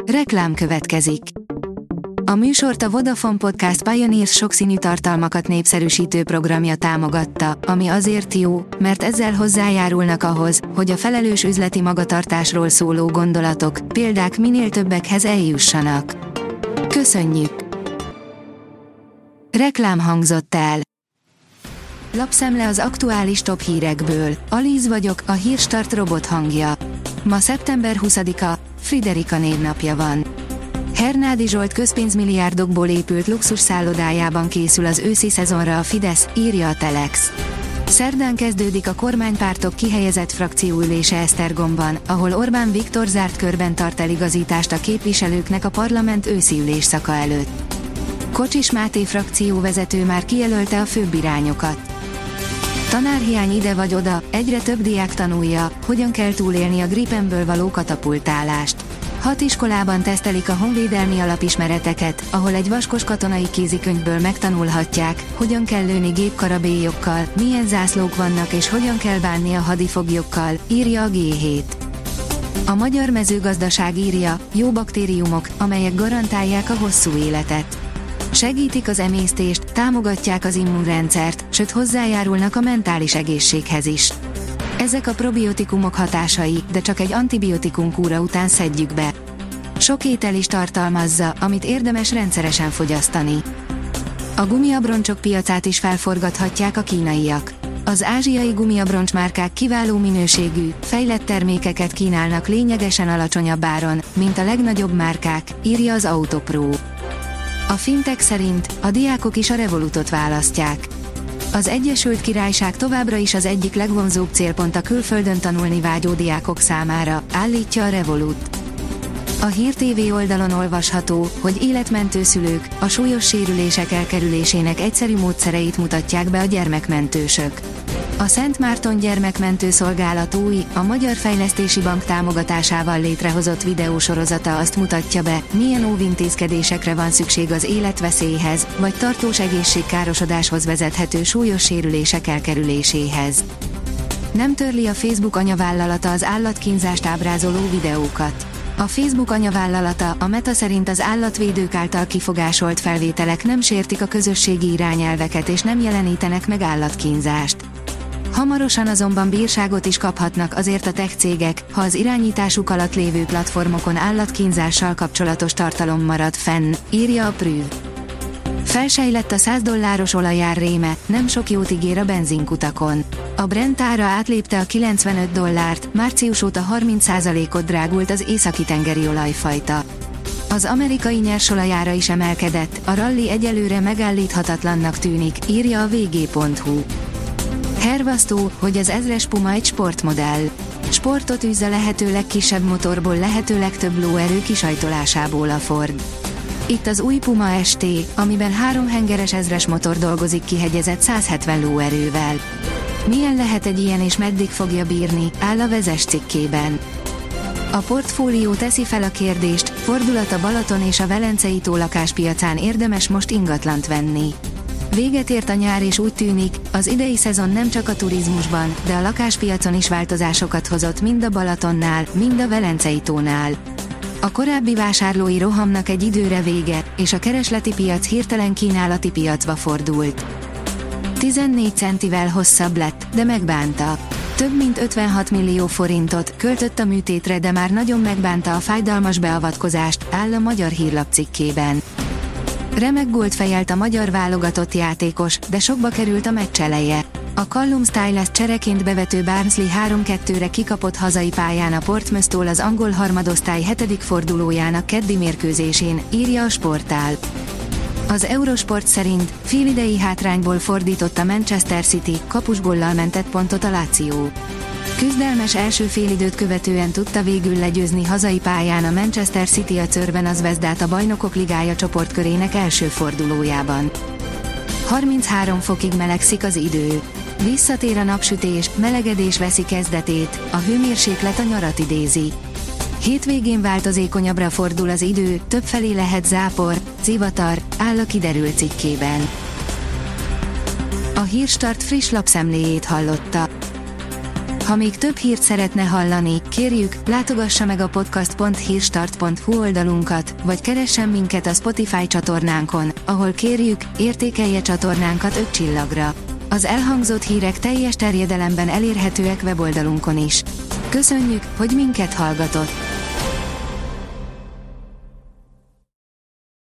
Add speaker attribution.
Speaker 1: Reklám következik. A műsort a Vodafone Podcast Pioneers sokszínű tartalmakat népszerűsítő programja támogatta, ami azért jó, mert ezzel hozzájárulnak ahhoz, hogy a felelős üzleti magatartásról szóló gondolatok, példák minél többekhez eljussanak. Köszönjük! Reklám hangzott el. Lapszemle az aktuális top hírekből. Alíz vagyok, a Hírstart robot hangja. Ma szeptember 20-a, Friderika névnapja van. Hernádi Zsolt közpénzmilliárdokból épült luxus szállodájában készül az őszi szezonra a Fidesz, írja a Telex. Szerdán kezdődik a kormánypártok kihelyezett frakcióülése Esztergomban, ahol Orbán Viktor zárt körben tart eligazítást a képviselőknek a parlament őszi ülésszaka előtt. Kocsis Máté frakcióvezető már kijelölte a főbb irányokat. Tanárhiány ide vagy oda, egyre több diák tanulja, hogyan kell túlélni a gripenből való katapultálást. 6 iskolában tesztelik a honvédelmi alapismereteket, ahol egy vaskos katonai kézikönyvből megtanulhatják, hogyan kell lőni gépkarabélyokkal, milyen zászlók vannak és hogyan kell bánni a hadifoglyokkal, írja a G7. A magyar mezőgazdaság írja, jó baktériumok, amelyek garantálják a hosszú életet. Segítik az emésztést, támogatják az immunrendszert, sőt hozzájárulnak a mentális egészséghez is. Ezek a probiotikumok hatásai, de csak egy antibiotikum kúra után szedjük be. Sok étel is tartalmazza, amit érdemes rendszeresen fogyasztani. A gumiabroncsok piacát is felforgathatják a kínaiak. Az ázsiai gumiabroncsmárkák kiváló minőségű, fejlett termékeket kínálnak lényegesen alacsonyabb áron, mint a legnagyobb márkák, írja az Autopro. A Fintech szerint a diákok is a Revolutot választják. Az Egyesült Királyság továbbra is az egyik legvonzóbb célpont a külföldön tanulni vágyó diákok számára, állítja a Revolut. A Hír TV oldalon olvasható, hogy életmentő szülők a súlyos sérülések elkerülésének egyszerű módszereit mutatják be a gyermekmentősök. A Szent Márton Gyermekmentő Szolgálat új, a Magyar Fejlesztési Bank támogatásával létrehozott videósorozata azt mutatja be, milyen óvintézkedésekre van szükség az életveszélyhez, vagy tartós egészségkárosodáshoz vezethető súlyos sérülések elkerüléséhez. Nem törli a Facebook anyavállalata az állatkínzást ábrázoló videókat. A Facebook anyavállalata, a Meta szerint az állatvédők által kifogásolt felvételek nem sértik a közösségi irányelveket és nem jelenítenek meg állatkínzást. Hamarosan azonban bírságot is kaphatnak azért a tech cégek, ha az irányításuk alatt lévő platformokon állatkínzással kapcsolatos tartalom marad fenn, írja a Prüv. Felsejlett a $100 olajár réme, nem sok jót ígér a benzinkutakon. A Brent ára átlépte a $95, március óta 30%-ot drágult az északi-tengeri olajfajta. Az amerikai nyersolajára is emelkedett, a ralli egyelőre megállíthatatlannak tűnik, írja a vg.hu. Hervasztó, hogy az 1000-es Puma egy sportmodell. Sportot űz a lehető legkisebb motorból lehető legtöbb lóerő kisajtolásából a Ford. Itt az új Puma ST, amiben 3 hengeres 1000-es motor dolgozik kihegyezett 170 lóerővel. Milyen lehet egy ilyen és meddig fogja bírni, áll a Vezes cikkében. A portfólió teszi fel a kérdést, fordulat a Balaton és a Velencei tó lakáspiacán érdemes most ingatlant venni. Véget ért a nyár és úgy tűnik, az idei szezon nem csak a turizmusban, de a lakáspiacon is változásokat hozott mind a Balatonnál, mind a Velencei tónál. A korábbi vásárlói rohamnak egy időre vége, és a keresleti piac hirtelen kínálati piacba fordult. 14 centivel hosszabb lett, de megbánta. Több mint 56 millió forintot költött a műtétre, de már nagyon megbánta a fájdalmas beavatkozást, áll a Magyar Hírlap cikkében. Remek gólt fejelt a magyar válogatott játékos, de sokba került a meccs eleje. A Callum Styles csereként bevető Barnsley 3-2-re kikapott hazai pályán a Portsmouth-tól az angol harmadosztály 7. fordulójának keddi mérkőzésén, írja a Sportál. Az Eurosport szerint félidei hátrányból fordított a Manchester City, kapusgollal mentett pontot a Lazio. Küzdelmes első félidőt követően tudta végül legyőzni hazai pályán a Manchester City a Czörben Zvezdát a Bajnokok Ligája csoportkörének első fordulójában. 33 fokig melegszik az idő. Visszatér a napsütés, melegedés veszi kezdetét, a hőmérséklet a nyarat idézi. Hétvégén változékonyabbra fordul az idő, többfelé lehet zápor, zivatar, áll a kiderült cikkében. A Hírstart friss lapszemléjét hallotta. Ha még több hírt szeretne hallani, kérjük, látogassa meg a podcast.hírstart.hu oldalunkat, vagy keressen minket a Spotify csatornánkon, ahol kérjük, értékelje csatornánkat 5 csillagra. Az elhangzott hírek teljes terjedelemben elérhetőek weboldalunkon is. Köszönjük, hogy minket hallgatott!